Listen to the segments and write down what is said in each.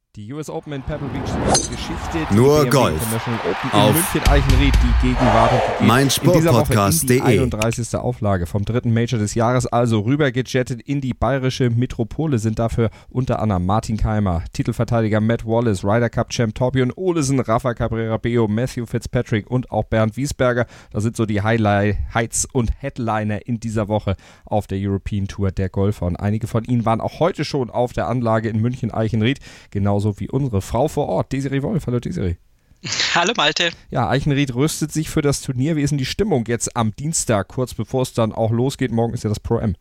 Die US Open in Pebble Beach sind Geschichte. Die Nur BMW Golf International Open auf in München-Eichenried, die Gegenwart und die meinsportpodcast.de. in die 31. Auflage vom dritten Major des Jahres, also rübergejettet in die bayerische Metropole, sind dafür unter anderem Martin Kaymer, Titelverteidiger Matt Wallace, Ryder Cup Champ Torbjörn Olesen, Rafa Cabrera-Bello, Matthew Fitzpatrick und auch Bernd Wiesberger. Das sind so die Highlights und Headliner in dieser Woche auf der European Tour der Golfer. Und einige von ihnen waren auch heute schon auf der Anlage in München-Eichenried, genauso wie unsere Frau vor Ort, Desiree Wolf. Hallo Desiree. Hallo Malte. Ja, Eichenried rüstet sich für das Turnier. Wie ist denn die Stimmung jetzt am Dienstag, kurz bevor es dann auch losgeht? Morgen ist ja das Pro-Am.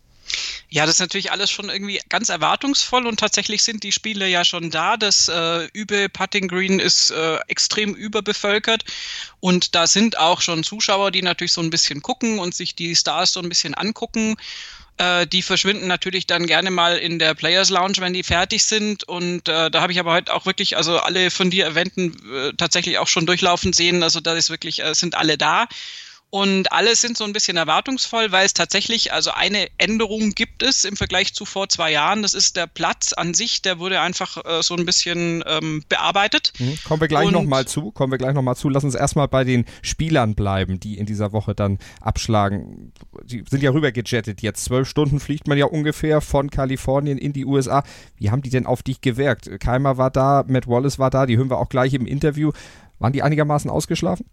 Ja, das ist natürlich alles schon irgendwie ganz erwartungsvoll und tatsächlich sind die Spiele ja schon da. Das Übe Putting Green ist extrem überbevölkert und da sind auch schon Zuschauer, die natürlich so ein bisschen gucken und sich die Stars so ein bisschen angucken. Die verschwinden natürlich dann gerne mal in der Players Lounge, wenn die fertig sind. Und da habe ich aber heute auch wirklich, also alle von dir erwähnten, tatsächlich auch schon durchlaufen sehen. Also da ist wirklich, sind alle da. Und alle sind so ein bisschen erwartungsvoll, weil es tatsächlich, also eine Änderung gibt es im Vergleich zu vor 2 Jahren. Das ist der Platz an sich, der wurde einfach so ein bisschen bearbeitet. Kommen wir gleich nochmal zu. Lass uns erstmal bei den Spielern bleiben, die in dieser Woche dann abschlagen. Die sind ja rübergejettet jetzt. 12 Stunden fliegt man ja ungefähr von Kalifornien in die USA. Wie haben die denn auf dich gewirkt? Kaymer war da, Matt Wallace war da, die hören wir auch gleich im Interview. Waren die einigermaßen ausgeschlafen?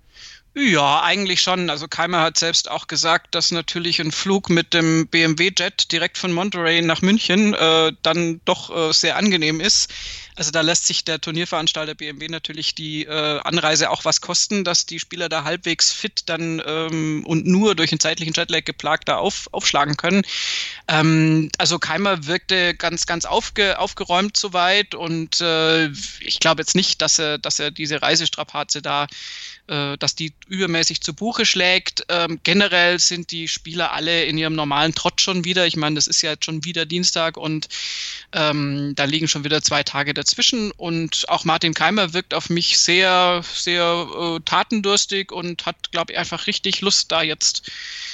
Ja, eigentlich schon. Also Kaymer hat selbst auch gesagt, dass natürlich ein Flug mit dem BMW-Jet direkt von Monterey nach München dann doch sehr angenehm ist. Also da lässt sich der Turnierveranstalter BMW natürlich die Anreise auch was kosten, dass die Spieler da halbwegs fit dann und nur durch einen zeitlichen Jetlag geplagt da aufschlagen können. Also Kaymer wirkte ganz aufgeräumt soweit und ich glaube jetzt nicht, dass er diese Reisestrapaze da dass die übermäßig zu Buche schlägt. Generell sind die Spieler alle in ihrem normalen Trott schon wieder. Ich meine, das ist ja jetzt schon wieder Dienstag und da liegen schon wieder 2 Tage dazwischen. Und auch Martin Kaymer wirkt auf mich sehr, sehr tatendurstig und hat, glaube ich, einfach richtig Lust, da jetzt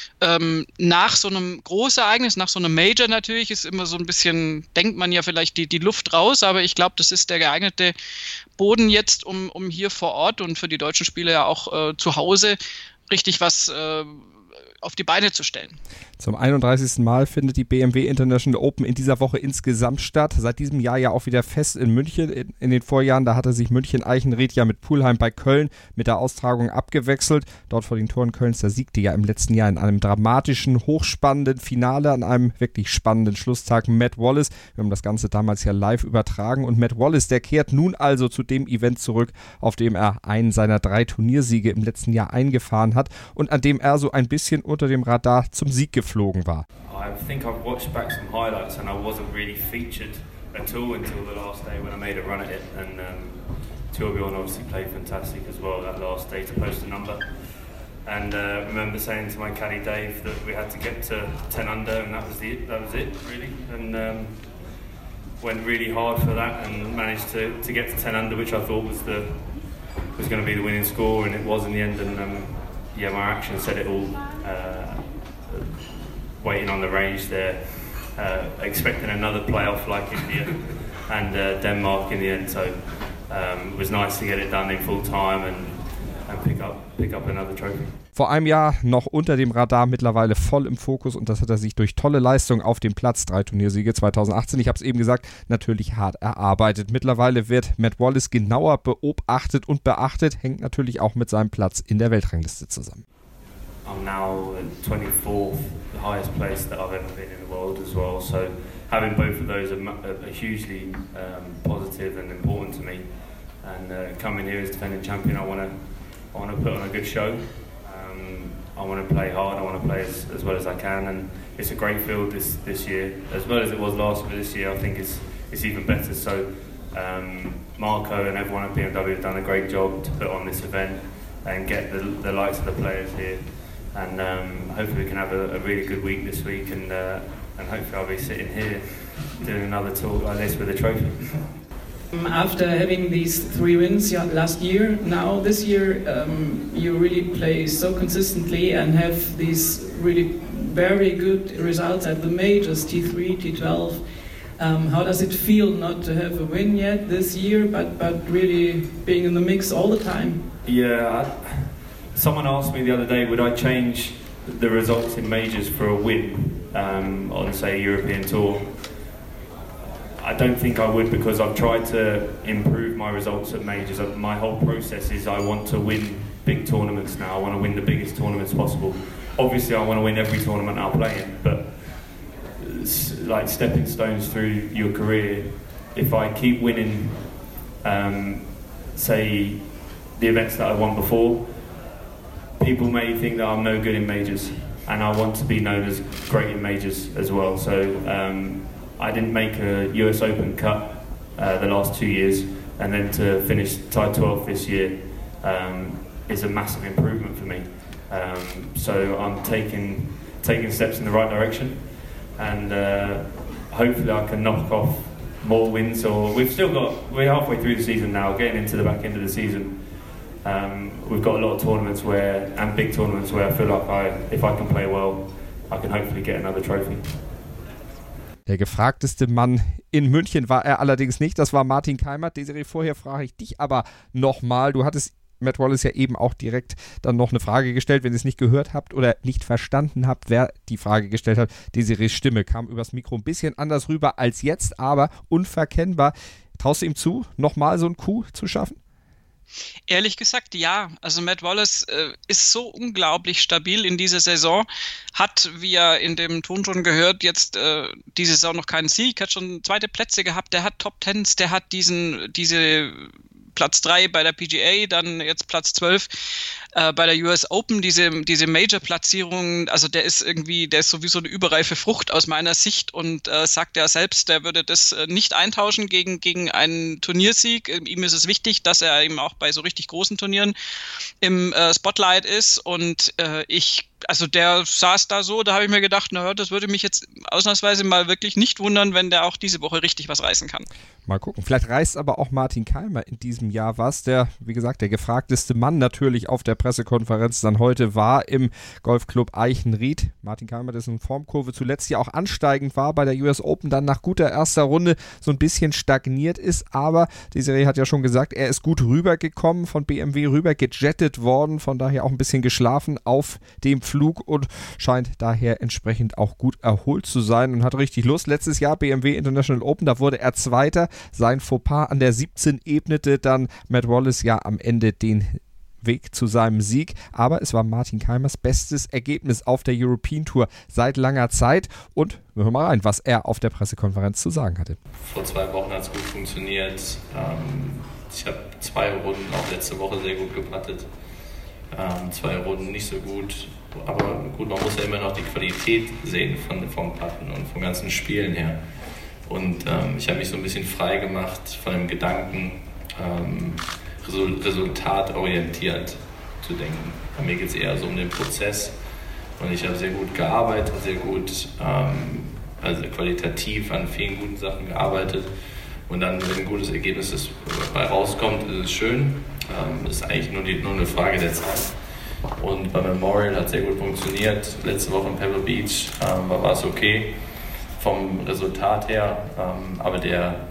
nach so einem Großereignis, nach so einem Major natürlich, ist immer so ein bisschen, denkt man ja vielleicht die Luft raus, aber ich glaube, das ist der geeignete Boden jetzt, um hier vor Ort und für die deutschen Spieler ja auch zu Hause richtig was auf die Beine zu stellen. Zum 31. Mal findet die BMW International Open in dieser Woche insgesamt statt. Seit diesem Jahr ja auch wieder fest in München. In den Vorjahren, da hatte sich München-Eichenried ja mit Pulheim bei Köln mit der Austragung abgewechselt. Dort vor den Toren Kölns, da siegte ja im letzten Jahr in einem dramatischen, hochspannenden Finale an einem wirklich spannenden Schlusstag Matt Wallace. Wir haben das Ganze damals ja live übertragen und Matt Wallace, der kehrt nun also zu dem Event zurück, auf dem er einen seiner 3 Turniersiege im letzten Jahr eingefahren hat und an dem er so ein bisschen unter dem Radar zum Sieg geflogen war. I think I've watched back some highlights and I wasn't really featured at all until the last day when I made a run at it, and Torbjörn obviously played fantastic as well that last day to post a number, and remember saying to my caddy Dave that we had to get to 10 under and that was it really, and went really hard for that and managed to get to 10 under, which I thought was going to be the winning score, and it was in the end, and my action said it all. Waiting on the range there, expecting another playoff like India and Denmark in the end. So it was nice to get it done in full time and pick up another trophy. Vor einem Jahr noch unter dem Radar, mittlerweile voll im Fokus und das hat er sich durch tolle Leistung auf dem Platz, 3 Turniersiege 2018, ich habe es eben gesagt, natürlich hart erarbeitet. Mittlerweile wird Matt Wallace genauer beobachtet und beachtet, hängt natürlich auch mit seinem Platz in der Weltrangliste zusammen. I'm now at 24th, the highest place that I've ever been in the world as well. So having both of those are hugely positive and important to me. And coming here as defending champion, I want to put on a good show. I want to play hard. I want to play as well as I can. And it's a great field this year, as well as it was last year. This year, I think it's even better. So Marco and everyone at BMW have done a great job to put on this event and get the likes of the players here. And hopefully we can have a really good week this week, and hopefully I'll be sitting here doing another talk like this with a trophy. After having these 3 wins last year, now this year you really play so consistently and have these really very good results at the majors, T3, T12. How does it feel not to have a win yet this year, but really being in the mix all the time? Yeah, someone asked me the other day, would I change the results in majors for a win on, say, a European Tour? I don't think I would, because I've tried to improve my results at majors. My whole process is I want to win big tournaments now. I want to win the biggest tournaments possible. Obviously, I want to win every tournament I play in, but like stepping stones through your career, if I keep winning, say, the events that I won before, people may think that I'm no good in majors, and I want to be known as great in majors as well. So I didn't make a US Open cut the last 2 years, and then to finish tied 12th this year is a massive improvement for me. So I'm taking steps in the right direction, and hopefully I can knock off more wins. Or we're halfway through the season now, getting into the back end of the season. We've got a lot of tournaments and big tournaments where I feel like if I can play well, I can hopefully get another trophy. Der gefragteste Mann in München war er allerdings nicht, das war Martin Keimer. Desiree, vorher frage ich dich aber nochmal, du hattest Matt Wallace ja eben auch direkt dann noch eine Frage gestellt, wenn ihr es nicht gehört habt oder nicht verstanden habt, wer die Frage gestellt hat. Desirees Stimme kam übers Mikro ein bisschen anders rüber als jetzt, aber unverkennbar. Traust du ihm zu, nochmal so ein Coup zu schaffen? Ehrlich gesagt, ja. Also Matt Wallace ist so unglaublich stabil in dieser Saison, hat, wie er in dem Ton schon gehört, jetzt diese Saison noch keinen Sieg, hat schon zweite Plätze gehabt, der hat Top Tens, der hat diese Platz 3 bei der PGA, dann jetzt Platz 12 bei der US Open, diese Major-Platzierung, also der ist sowieso eine überreife Frucht aus meiner Sicht und sagt ja selbst, der würde das nicht eintauschen gegen einen Turniersieg. Ihm ist es wichtig, dass er eben auch bei so richtig großen Turnieren im Spotlight ist und der saß da so, da habe ich mir gedacht, na, das würde mich jetzt ausnahmsweise mal wirklich nicht wundern, wenn der auch diese Woche richtig was reißen kann. Mal gucken. Vielleicht reißt aber auch Martin Keimer in diesem Jahr was, der, wie gesagt, der gefragteste Mann natürlich auf der Pressekonferenz dann heute war im Golfclub Eichenried. Martin Keimer, dessen Formkurve zuletzt ja auch ansteigend war bei der US Open, dann nach guter erster Runde so ein bisschen stagniert ist, aber Desiree hat ja schon gesagt, er ist gut rübergekommen, von BMW rüber gejettet worden, von daher auch ein bisschen geschlafen auf dem Flug und scheint daher entsprechend auch gut erholt zu sein und hat richtig Lust. Letztes Jahr BMW International Open, da wurde er Zweiter. Sein Fauxpas an der 17 ebnete dann Matt Wallace ja am Ende den Weg zu seinem Sieg, aber es war Martin Keimers bestes Ergebnis auf der European Tour seit langer Zeit und wir hören mal rein, was er auf der Pressekonferenz zu sagen hatte. Vor 2 Wochen hat es gut funktioniert. Ich habe 2 Runden auch letzte Woche sehr gut gepattet. 2 Runden nicht so gut, aber gut, man muss ja immer noch die Qualität sehen vom Patten und vom ganzen Spielen her. Und ich habe mich so ein bisschen frei gemacht von dem Gedanken, resultatorientiert zu denken. Bei mir geht es eher so um den Prozess und ich habe sehr gut gearbeitet, sehr gut, also qualitativ an vielen guten Sachen gearbeitet und dann, wenn ein gutes Ergebnis dabei rauskommt, ist es schön. Ist eigentlich nur eine Frage der Zeit. Und bei Memorial hat es sehr gut funktioniert. Letzte Woche in Pebble Beach war es okay vom Resultat her, aber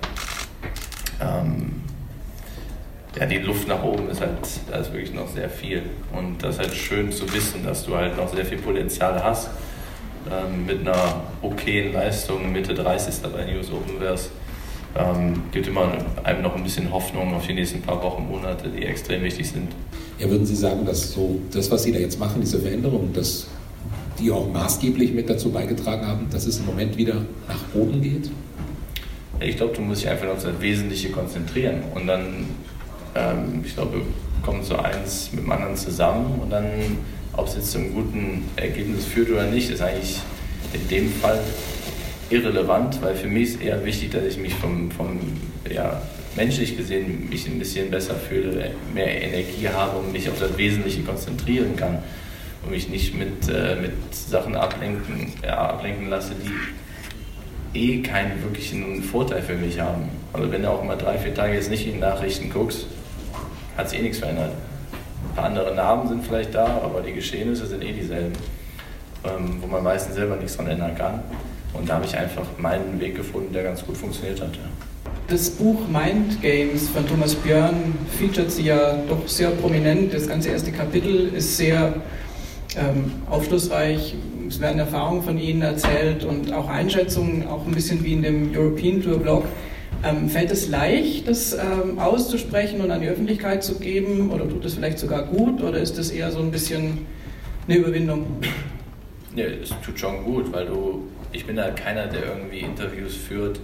die Luft nach oben da ist wirklich noch sehr viel. Und das ist halt schön zu wissen, dass du halt noch sehr viel Potenzial hast. Mit einer okayen Leistung, Mitte 30. bei den US Open wär's. Gibt immer einem noch ein bisschen Hoffnung auf die nächsten paar Wochen, Monate, die extrem wichtig sind. Ja, würden Sie sagen, dass so das, was Sie da jetzt machen, diese Veränderungen, dass die auch maßgeblich mit dazu beigetragen haben, dass es im Moment wieder nach oben geht? Ich glaube, du musst dich einfach auf das Wesentliche konzentrieren und dann, ich glaube, kommt so eins mit dem anderen zusammen und dann, ob es jetzt zu einem guten Ergebnis führt oder nicht, ist eigentlich in dem Fall irrelevant, weil für mich ist eher wichtig, dass ich mich menschlich gesehen mich ein bisschen besser fühle, mehr Energie habe und mich auf das Wesentliche konzentrieren kann und mich nicht mit Sachen ablenken lasse, die keinen wirklichen Vorteil für mich haben. Also wenn du auch mal 3-4 Tage jetzt nicht in die Nachrichten guckst, hat sich nichts verändert. Ein paar andere Namen sind vielleicht da, aber die Geschehnisse sind dieselben, wo man meistens selber nichts dran ändern kann. Und da habe ich einfach meinen Weg gefunden, der ganz gut funktioniert hat. Ja. Das Buch Mind Games von Thomas Björn featuret sie ja doch sehr prominent. Das ganze erste Kapitel ist sehr aufschlussreich. Es werden Erfahrungen von Ihnen erzählt und auch Einschätzungen, auch ein bisschen wie in dem European Tour Blog. Fällt es leicht, das auszusprechen und an die Öffentlichkeit zu geben, oder tut es vielleicht sogar gut, oder ist das eher so ein bisschen eine Überwindung? Nee, es tut schon gut, weil ich bin da keiner, der irgendwie Interviews führt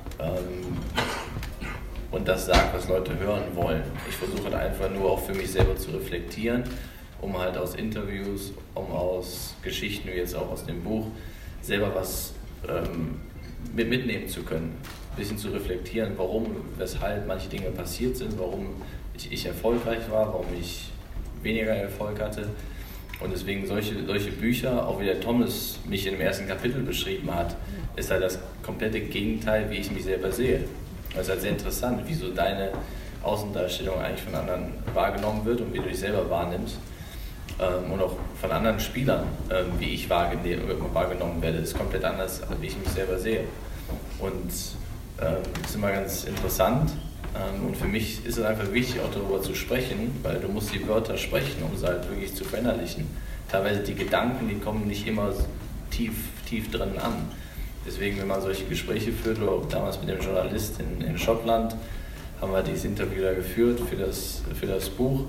und das sagt, was Leute hören wollen. Ich versuche halt einfach nur auch für mich selber zu reflektieren, um halt aus Interviews, aus Geschichten, wie jetzt auch aus dem Buch, selber was mitnehmen zu können. Ein bisschen zu reflektieren, warum, weshalb manche Dinge passiert sind, warum ich erfolgreich war, warum ich weniger Erfolg hatte. Und deswegen solche Bücher, auch wie der Thomas mich in dem ersten Kapitel beschrieben hat, ist halt das komplette Gegenteil, wie ich mich selber sehe. Das ist halt sehr interessant, wie so deine Außendarstellung eigentlich von anderen wahrgenommen wird und wie du dich selber wahrnimmst. Und auch von anderen Spielern, wie ich wahrgenommen werde, ist komplett anders, wie ich mich selber sehe. Und das ist immer ganz interessant. Und für mich ist es einfach wichtig, auch darüber zu sprechen, weil du musst die Wörter sprechen, um sie halt wirklich zu verinnerlichen. Teilweise die Gedanken, die kommen nicht immer tief drin an. Deswegen, wenn man solche Gespräche führt, oder auch damals mit dem Journalist in Schottland, haben wir dieses Interview da geführt für das Buch.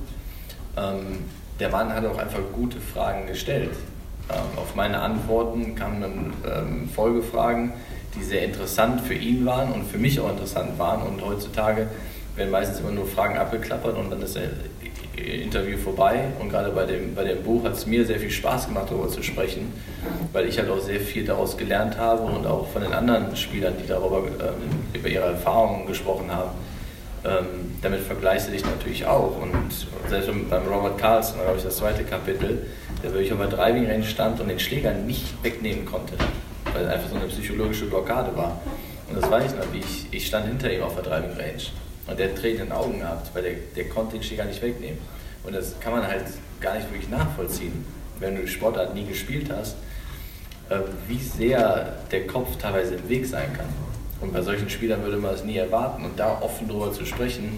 Der Mann hat auch einfach gute Fragen gestellt. Auf meine Antworten kamen dann Folgefragen, die sehr interessant für ihn waren und für mich auch interessant waren. Und heutzutage werden meistens immer nur Fragen abgeklappert und dann ist das Interview vorbei. Und gerade bei dem Buch hat es mir sehr viel Spaß gemacht, darüber zu sprechen, weil ich halt auch sehr viel daraus gelernt habe und auch von den anderen Spielern, die darüber über ihre Erfahrungen gesprochen haben. Damit vergleichst du dich natürlich auch. Und selbst beim Robert Carlson, da habe ich das zweite Kapitel, der wirklich auf der Driving Range stand und den Schläger nicht wegnehmen konnte, weil es einfach so eine psychologische Blockade war. Und das weiß ich noch, wie ich stand hinter ihm auf der Driving Range und der hat Tränen in den Augen gehabt, weil der konnte den Schläger nicht wegnehmen. Und das kann man halt gar nicht wirklich nachvollziehen, wenn du die Sportart nie gespielt hast, wie sehr der Kopf teilweise im Weg sein kann. Und bei solchen Spielern würde man es nie erwarten. Und da offen drüber zu sprechen,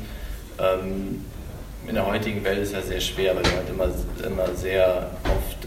in der heutigen Welt ist ja sehr schwer, weil du halt immer sehr oft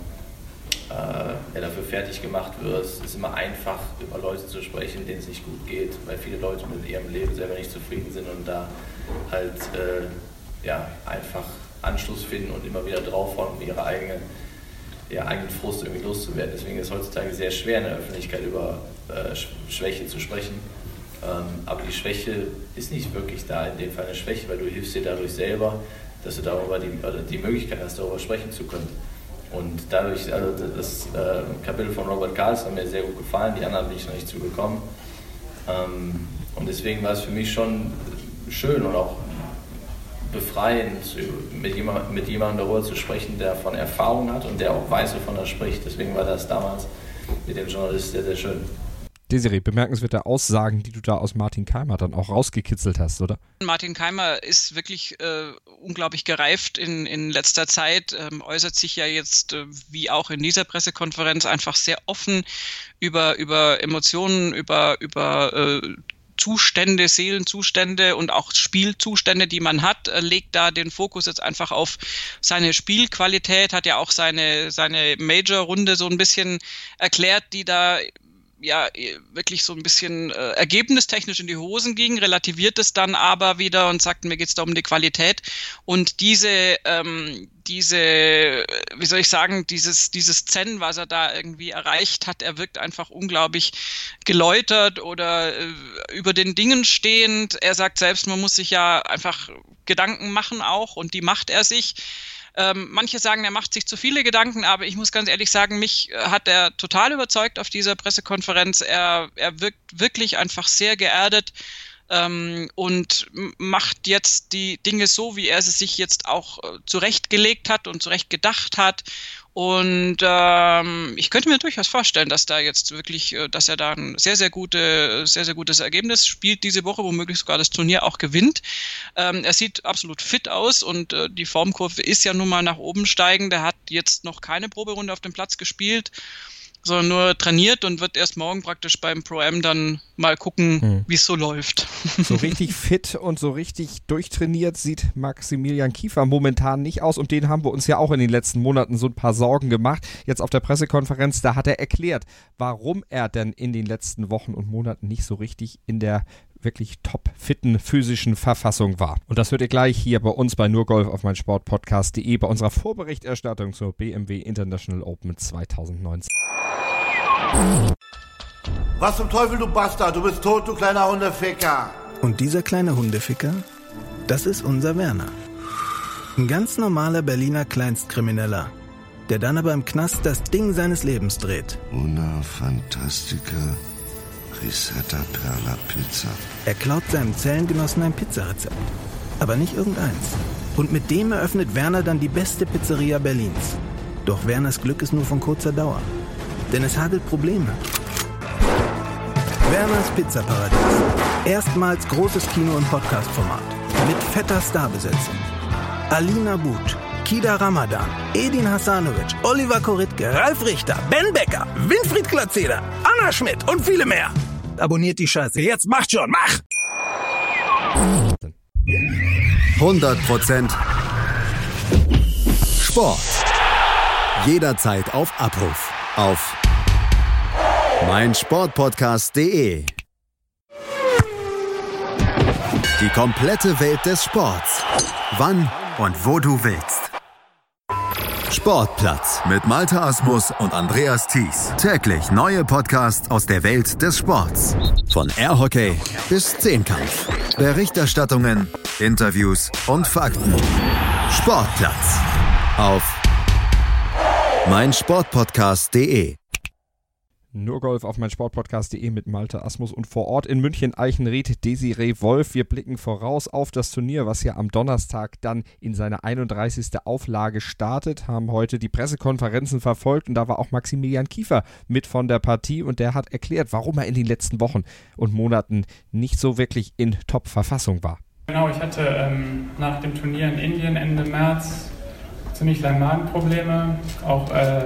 dafür fertig gemacht wirst. Es ist immer einfach, über Leute zu sprechen, denen es nicht gut geht, weil viele Leute mit ihrem Leben selber nicht zufrieden sind und da halt einfach Anschluss finden und immer wieder draufhauen, um ihre eigenen Frust irgendwie loszuwerden. Deswegen ist es heutzutage sehr schwer, in der Öffentlichkeit über Schwäche zu sprechen. Aber die Schwäche ist nicht wirklich da, in dem Fall eine Schwäche, weil du hilfst dir dadurch selber, dass du darüber die Möglichkeit hast, darüber sprechen zu können. Und dadurch, also das Kapitel von Robert Carlson hat mir sehr gut gefallen, die anderen bin ich noch nicht zugekommen. Und deswegen war es für mich schon schön und auch befreiend, mit jemandem darüber zu sprechen, der von Erfahrung hat und der auch weiß, wovon er spricht. Deswegen war das damals mit dem Journalist sehr, sehr schön. Desiree, bemerkenswerte Aussagen, die du da aus Martin Keimer dann auch rausgekitzelt hast, oder? Martin Keimer ist wirklich unglaublich gereift in letzter Zeit, äußert sich ja jetzt, wie auch in dieser Pressekonferenz, einfach sehr offen über Emotionen, über Zustände, Seelenzustände und auch Spielzustände, die man hat, legt da den Fokus jetzt einfach auf seine Spielqualität, hat ja auch seine Major-Runde so ein bisschen erklärt, die da ja wirklich so ein bisschen ergebnistechnisch in die Hosen ging, relativiert es dann aber wieder und sagt, mir geht's da um die Qualität. Und diese, wie soll ich sagen, dieses Zen, was er da irgendwie erreicht hat, er wirkt einfach unglaublich geläutert oder über den Dingen stehend. Er sagt selbst, man muss sich ja einfach Gedanken machen auch und die macht er sich. Manche sagen, er macht sich zu viele Gedanken, aber ich muss ganz ehrlich sagen, mich hat er total überzeugt auf dieser Pressekonferenz. Er wirkt wirklich einfach sehr geerdet und macht jetzt die Dinge so, wie er sie sich jetzt auch zurechtgelegt hat und zurecht gedacht hat. Und ich könnte mir durchaus vorstellen, dass da jetzt wirklich, dass er da ein sehr, sehr gutes Ergebnis spielt diese Woche, womöglich sogar das Turnier auch gewinnt. Er sieht absolut fit aus und die Formkurve ist ja nun mal nach oben steigend. Er hat jetzt noch keine Proberunde auf dem Platz gespielt. sondern nur trainiert und wird erst morgen praktisch beim Pro-Am dann mal gucken, wie es so läuft. So richtig fit und so richtig durchtrainiert sieht Maximilian Kiefer momentan nicht aus. Um den haben wir uns ja auch in den letzten Monaten so ein paar Sorgen gemacht. Jetzt auf der Pressekonferenz, da hat er erklärt, warum er denn in den letzten Wochen und Monaten nicht so richtig in der wirklich top-fitten physischen Verfassung war. Und das hört ihr gleich hier bei uns bei Nurgolf auf meinsportpodcast.de bei unserer Vorberichterstattung zur BMW International Open 2019. Was zum Teufel, du Bastard? Du bist tot, du kleiner Hundeficker. Und dieser kleine Hundeficker, das ist unser Werner. Ein ganz normaler Berliner Kleinstkrimineller, der dann aber im Knast das Ding seines Lebens dreht. Una Fantastica Risetta Perla Pizza. Er klaut seinem Zellengenossen ein Pizzarezept, aber nicht irgendeins. Und mit dem eröffnet Werner dann die beste Pizzeria Berlins. Doch Werners Glück ist nur von kurzer Dauer, denn es hagelt Probleme. Werners Pizzaparadies. Erstmals großes Kino- und Podcast-Format. Mit fetter Starbesetzung. Alina But, Kida Ramadan, Edin Hasanovic, Oliver Koritke, Ralf Richter, Ben Becker, Winfried Glatzeder, Anna Schmidt und viele mehr. Abonniert die Scheiße. Jetzt macht schon, mach! 100% Sport. Jederzeit auf Abruf. Auf meinsportpodcast.de. Die komplette Welt des Sports. Wann und wo du willst. Sportplatz mit Malte Asmus und Andreas Thies. Täglich neue Podcasts aus der Welt des Sports. Von Airhockey bis Zehnkampf. Berichterstattungen, Interviews und Fakten. Sportplatz auf meinsportpodcast.de. Nurgolf auf meinsportpodcast.de mit Malte Asmus und vor Ort in München Eichenried Desiree Wolf. Wir blicken voraus auf das Turnier, was ja am Donnerstag dann in seiner 31. Auflage startet, haben heute die Pressekonferenzen verfolgt und da war auch Maximilian Kiefer mit von der Partie und der hat erklärt, warum er in den letzten Wochen und Monaten nicht so wirklich in Top-Verfassung war. Genau, ich hatte nach dem Turnier in Indien Ende März ziemlich lange Magenprobleme, auch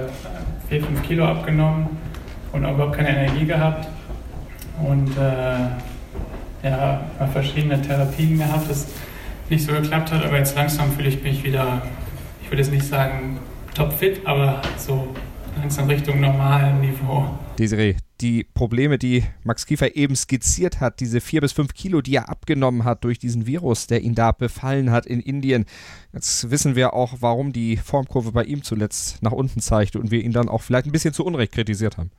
4-5 Kilo abgenommen und auch überhaupt keine Energie gehabt und mal verschiedene Therapien gehabt, das nicht so geklappt hat, aber jetzt langsam fühle ich mich wieder, ich würde jetzt nicht sagen topfit, aber so langsam Richtung normalem Niveau. Desiree, die Probleme, die Max Kiefer eben skizziert hat, diese 4 bis 5 Kilo, die er abgenommen hat durch diesen Virus, der ihn da befallen hat in Indien. Jetzt wissen wir auch, warum die Formkurve bei ihm zuletzt nach unten zeigte und wir ihn dann auch vielleicht ein bisschen zu Unrecht kritisiert haben.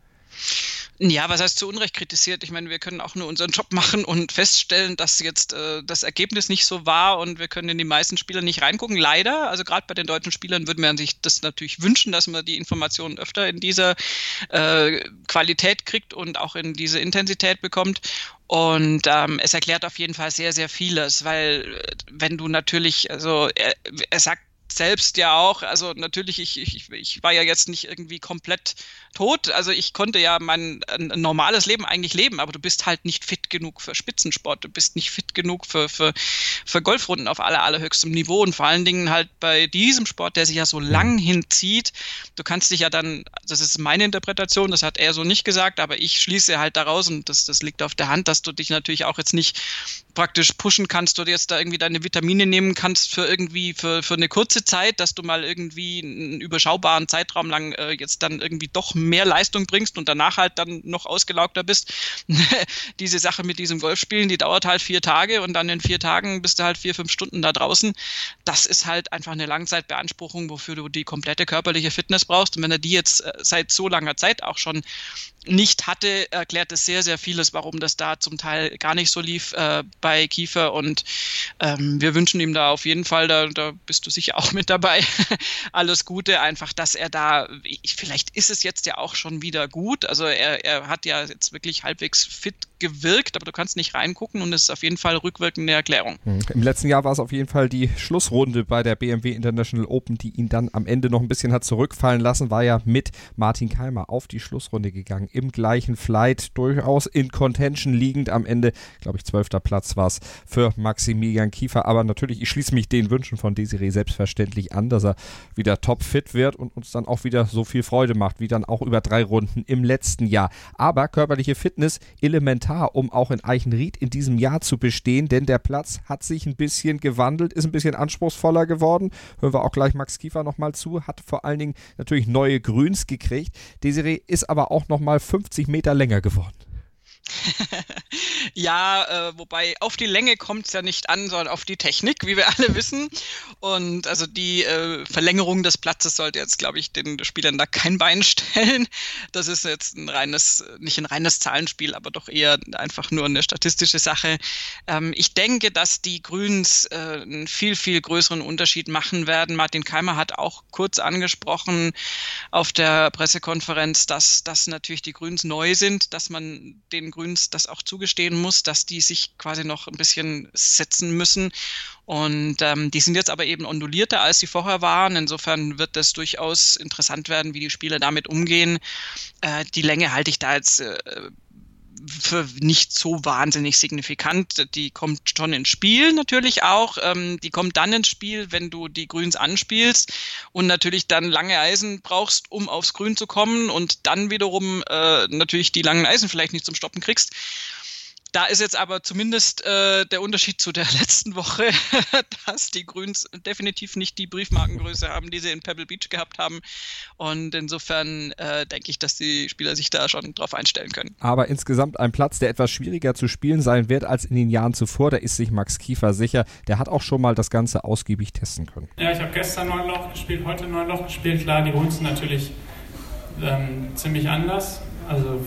Ja, was heißt zu Unrecht kritisiert? Ich meine, wir können auch nur unseren Job machen und feststellen, dass jetzt das Ergebnis nicht so war und wir können in die meisten Spieler nicht reingucken. Leider, also gerade bei den deutschen Spielern würde man sich das natürlich wünschen, dass man die Informationen öfter in dieser Qualität kriegt und auch in diese Intensität bekommt. Und es erklärt auf jeden Fall sehr, sehr vieles, weil wenn du natürlich, also er sagt selbst ja auch, also natürlich, ich war ja jetzt nicht irgendwie komplett tot, also ich konnte ja mein normales Leben eigentlich leben, aber du bist halt nicht fit genug für Spitzensport, du bist nicht fit genug für Golfrunden auf allerhöchstem Niveau und vor allen Dingen halt bei diesem Sport, der sich ja so lang hinzieht, du kannst dich ja dann, das ist meine Interpretation, das hat er so nicht gesagt, aber ich schließe halt daraus und das liegt auf der Hand, dass du dich natürlich auch jetzt nicht praktisch pushen kannst oder jetzt da irgendwie deine Vitamine nehmen kannst für eine kurze Zeit, dass du mal irgendwie einen überschaubaren Zeitraum lang jetzt dann irgendwie doch mehr Leistung bringst und danach halt dann noch ausgelaugter bist. Diese Sache mit diesem Golfspielen, die dauert halt 4 Tage und dann in 4 Tagen bist du halt 4-5 Stunden da draußen. Das ist halt einfach eine Langzeitbeanspruchung, wofür du die komplette körperliche Fitness brauchst. Und wenn er die jetzt seit so langer Zeit auch schon nicht hatte, erklärt es sehr, sehr vieles, warum das da zum Teil gar nicht so lief bei Kiefer und wir wünschen ihm da auf jeden Fall, da bist du sicher auch mit dabei, alles Gute, einfach, dass er da, vielleicht ist es jetzt ja auch schon wieder gut, also er hat ja jetzt wirklich halbwegs fit gewirkt, aber du kannst nicht reingucken und es ist auf jeden Fall rückwirkende Erklärung. Im letzten Jahr war es auf jeden Fall die Schlussrunde bei der BMW International Open, die ihn dann am Ende noch ein bisschen hat zurückfallen lassen, war ja mit Martin Keimer auf die Schlussrunde gegangen im gleichen Flight, durchaus in Contention liegend. Am Ende, glaube ich, 12. Platz war es für Maximilian Kiefer. Aber natürlich, ich schließe mich den Wünschen von Desiree selbstverständlich an, dass er wieder topfit wird und uns dann auch wieder so viel Freude macht, wie dann auch über 3 Runden im letzten Jahr. Aber körperliche Fitness elementar, um auch in Eichenried in diesem Jahr zu bestehen, denn der Platz hat sich ein bisschen gewandelt, ist ein bisschen anspruchsvoller geworden. Hören wir auch gleich Max Kiefer nochmal zu, hat vor allen Dingen natürlich neue Grüns gekriegt. Desiree ist aber auch nochmal 50 Meter länger geworden. Ja, wobei auf die Länge kommt es ja nicht an, sondern auf die Technik, wie wir alle wissen. Und also die Verlängerung des Platzes sollte jetzt, glaube ich, den Spielern da kein Bein stellen. Das ist jetzt nicht ein reines Zahlenspiel, aber doch eher einfach nur eine statistische Sache. Ich denke, dass die Grüns einen viel, viel größeren Unterschied machen werden. Martin Keimer hat auch kurz angesprochen auf der Pressekonferenz, dass natürlich die Grüns neu sind, dass man den Grüns das auch zugestehen muss, dass die sich quasi noch ein bisschen setzen müssen. Und die sind jetzt aber eben ondulierter, als sie vorher waren. Insofern wird das durchaus interessant werden, wie die Spieler damit umgehen. Die Länge halte ich da jetzt für nicht so wahnsinnig signifikant. Die kommt schon ins Spiel natürlich auch. Die kommt dann ins Spiel, wenn du die Grüns anspielst und natürlich dann lange Eisen brauchst, um aufs Grün zu kommen und dann wiederum natürlich die langen Eisen vielleicht nicht zum Stoppen kriegst. Da ist jetzt aber zumindest der Unterschied zu der letzten Woche, dass die Grüns definitiv nicht die Briefmarkengröße haben, die sie in Pebble Beach gehabt haben. Und insofern denke ich, dass die Spieler sich da schon drauf einstellen können. Aber insgesamt ein Platz, der etwas schwieriger zu spielen sein wird als in den Jahren zuvor. Da ist sich Max Kiefer sicher. Der hat auch schon mal das Ganze ausgiebig testen können. Ja, ich habe gestern 9 Loch gespielt, heute 9 Loch gespielt. Klar, die Grüns sind natürlich ziemlich anders. Also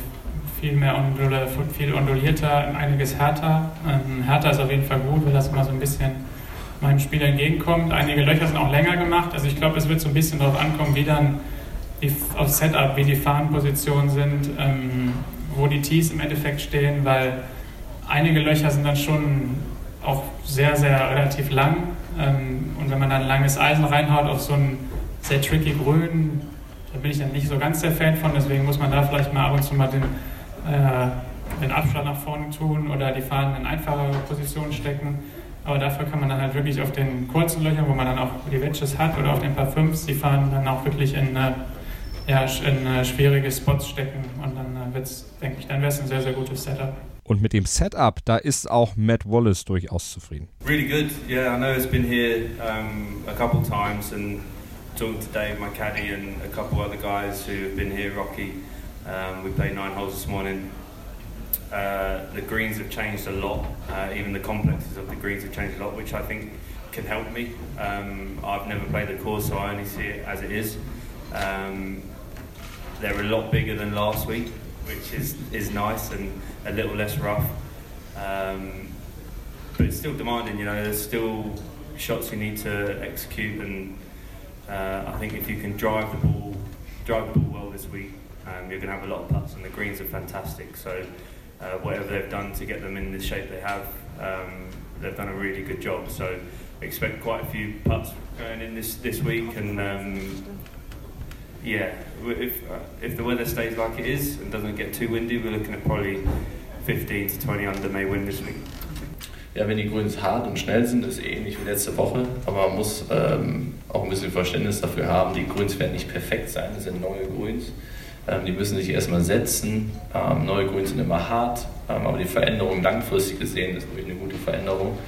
viel ondulierter, einiges härter. Härter ist auf jeden Fall gut, weil das immer so ein bisschen meinem Spiel entgegenkommt. Einige Löcher sind auch länger gemacht. Also ich glaube, es wird so ein bisschen darauf ankommen, wie dann aufs Setup, wie die Fahnenpositionen sind, wo die Tees im Endeffekt stehen, weil einige Löcher sind dann schon auch sehr, sehr relativ lang. Und wenn man dann ein langes Eisen reinhaut auf so einen sehr tricky Grün, da bin ich dann nicht so ganz der Fan von. Deswegen muss man da vielleicht mal ab und zu mal den Abschlag nach vorne tun oder die Fahnen in einfachere Positionen stecken. Aber dafür kann man dann halt wirklich auf den kurzen Löchern, wo man dann auch die Wedges hat, oder auf den Paar 5s, die Fahnen dann auch wirklich in schwierige Spots stecken. Und dann wäre es ein sehr, sehr gutes Setup. Und mit dem Setup, da ist auch Matt Wallace durchaus zufrieden. Really good. Yeah, I know it's been here a couple times and talking to Dave, my caddy, and a couple other guys who have been here, Rocky. We played 9 holes this morning. The greens have changed a lot. Even the complexes of the greens have changed a lot, which I think can help me. I've never played the course, so I only see it as it is. They're a lot bigger than last week, which is nice and a little less rough. But it's still demanding, you know, there's still shots you need to execute, and I think if you can drive the ball well this week, you're going to have a lot of putts, and the greens are fantastic. So whatever they've done to get them in the shape they have, they've done a really good job. So expect quite a few putts going in this week, and if the weather stays like it is and doesn't get too windy, we're looking at probably 15 to 20 under may win this week. Ja, wenn die Grüns hart und schnell sind, ist ähnlich wie letzte Woche, aber man muss auch ein bisschen Verständnis dafür haben. Die Grüns werden nicht perfekt sein, das sind neue Grüns. Die müssen sich erstmal setzen. Neue Grüns sind immer hart, aber die Veränderung langfristig gesehen ist wirklich eine gute Veränderung.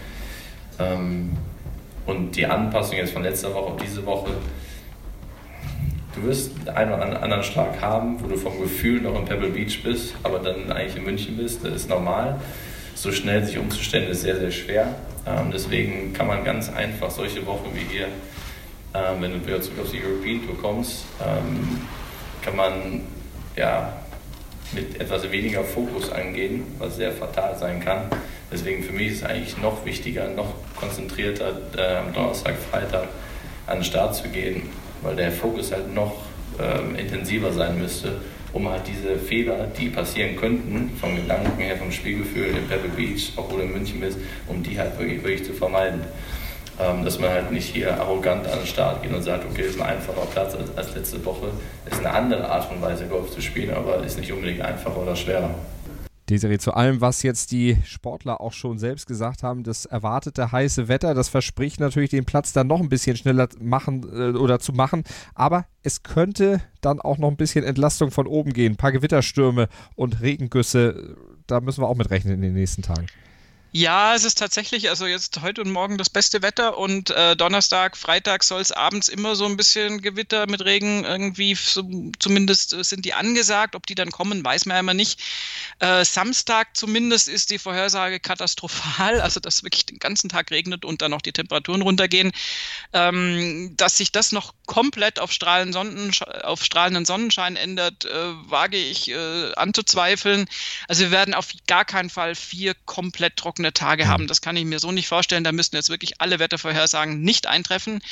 Und die Anpassung jetzt von letzter Woche auf diese Woche, du wirst einen oder anderen Schlag haben, wo du vom Gefühl noch in Pebble Beach bist, aber dann eigentlich in München bist, das ist normal. So schnell sich umzustellen ist sehr, sehr schwer. Deswegen kann man ganz einfach solche Wochen wie hier, wenn du wieder zurück auf die European Tour kommst, kann man mit etwas weniger Fokus angehen, was sehr fatal sein kann. Deswegen für mich ist es eigentlich noch wichtiger, noch konzentrierter am Donnerstag, Freitag an den Start zu gehen, weil der Fokus halt noch intensiver sein müsste, um halt diese Fehler, die passieren könnten, vom Gedanken her, vom Spielgefühl in Pebble Beach, obwohl du in München bist, um die halt wirklich zu vermeiden. dass man halt nicht hier arrogant an den Start geht und sagt, okay, das ist ein einfacher Platz als letzte Woche. Das ist eine andere Art und Weise, Golf zu spielen, aber ist nicht unbedingt einfacher oder schwerer. Desiree, zu allem, was jetzt die Sportler auch schon selbst gesagt haben, das erwartete heiße Wetter, das verspricht natürlich den Platz dann noch ein bisschen schneller zu machen, aber es könnte dann auch noch ein bisschen Entlastung von oben gehen, ein paar Gewitterstürme und Regengüsse, da müssen wir auch mit rechnen in den nächsten Tagen. Ja, es ist tatsächlich, also jetzt heute und morgen das beste Wetter und Donnerstag, Freitag soll es abends immer so ein bisschen Gewitter mit Regen irgendwie, zumindest sind die angesagt, ob die dann kommen, weiß man ja immer nicht. Samstag zumindest ist die Vorhersage katastrophal, also dass wirklich den ganzen Tag regnet und dann noch die Temperaturen runtergehen. Dass sich das noch komplett auf strahlenden Sonnenschein ändert, wage ich anzuzweifeln. Also wir werden auf gar keinen Fall 4 komplett trockene Tage haben. Das kann ich mir so nicht vorstellen. Da müssten jetzt wirklich alle Wettervorhersagen nicht eintreffen.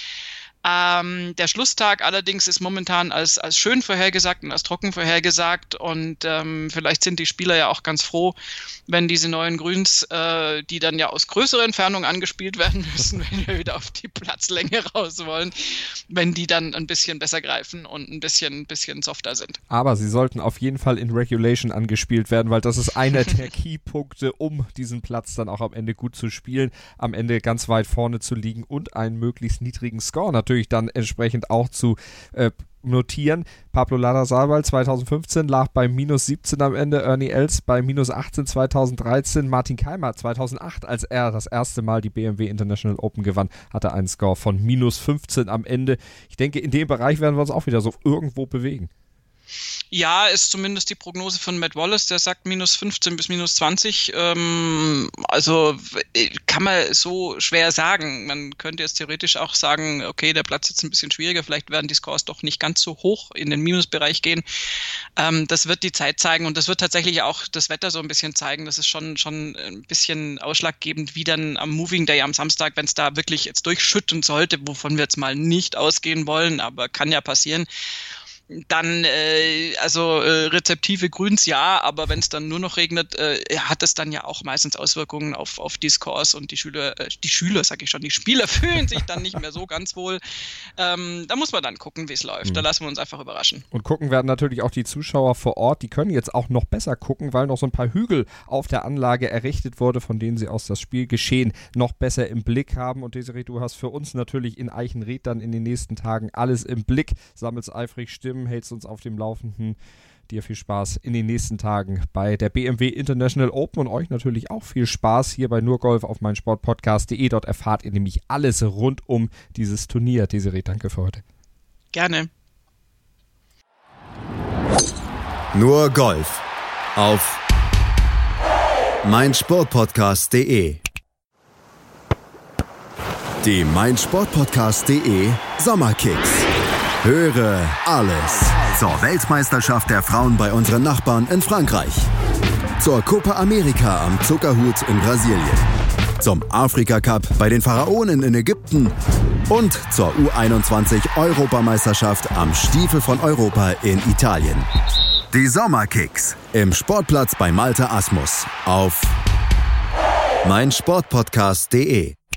Der Schlusstag allerdings ist momentan als schön vorhergesagt und als trocken vorhergesagt und vielleicht sind die Spieler ja auch ganz froh, wenn diese neuen Grüns, die dann ja aus größerer Entfernung angespielt werden müssen, wenn wir wieder auf die Platzlänge raus wollen, wenn die dann ein bisschen besser greifen und ein bisschen softer sind. Aber sie sollten auf jeden Fall in Regulation angespielt werden, weil das ist einer der Keypunkte, um diesen Platz dann auch am Ende gut zu spielen, am Ende ganz weit vorne zu liegen und einen möglichst niedrigen Score natürlich dann entsprechend auch zu notieren. Pablo Larrazábal 2015 lag bei -17 am Ende, Ernie Els bei -18 2013, Martin Kaymer 2008, als er das erste Mal die BMW International Open gewann, hatte einen Score von -15 am Ende. Ich denke, in dem Bereich werden wir uns auch wieder so irgendwo bewegen. Ja, ist zumindest die Prognose von Matt Wallace, der sagt -15 bis -20. Also kann man so schwer sagen. Man könnte jetzt theoretisch auch sagen, okay, der Platz ist jetzt ein bisschen schwieriger, vielleicht werden die Scores doch nicht ganz so hoch in den Minusbereich gehen. Das wird die Zeit zeigen und das wird tatsächlich auch das Wetter so ein bisschen zeigen. Das ist schon ein bisschen ausschlaggebend, wie dann am Moving Day am Samstag, wenn es da wirklich jetzt durchschütten sollte, wovon wir jetzt mal nicht ausgehen wollen, aber kann ja passieren. Dann, rezeptive Grüns ja, aber wenn es dann nur noch regnet, hat es dann ja auch meistens Auswirkungen auf die Scores und die Spieler fühlen sich dann nicht mehr so ganz wohl. Da muss man dann gucken, wie es läuft. Da lassen wir uns einfach überraschen. Und gucken werden natürlich auch die Zuschauer vor Ort, die können jetzt auch noch besser gucken, weil noch so ein paar Hügel auf der Anlage errichtet wurde, von denen sie aus das Spielgeschehen noch besser im Blick haben. Und Desiree, du hast für uns natürlich in Eichenried dann in den nächsten Tagen alles im Blick, sammelst eifrig Stimmen, hältst uns auf dem Laufenden. Dir viel Spaß in den nächsten Tagen bei der BMW International Open und euch natürlich auch viel Spaß hier bei Nur Golf auf meinsportpodcast.de. Dort erfahrt ihr nämlich alles rund um dieses Turnier. Desiree, danke für heute. Gerne. Nur Golf auf meinsportpodcast.de. Die meinsportpodcast.de Sommerkicks. Höre alles zur Weltmeisterschaft der Frauen bei unseren Nachbarn in Frankreich, zur Copa America am Zuckerhut in Brasilien, zum Afrika Cup bei den Pharaonen in Ägypten und zur U21-Europameisterschaft am Stiefel von Europa in Italien. Die Sommerkicks im Sportplatz bei Malte Asmus auf meinsportpodcast.de.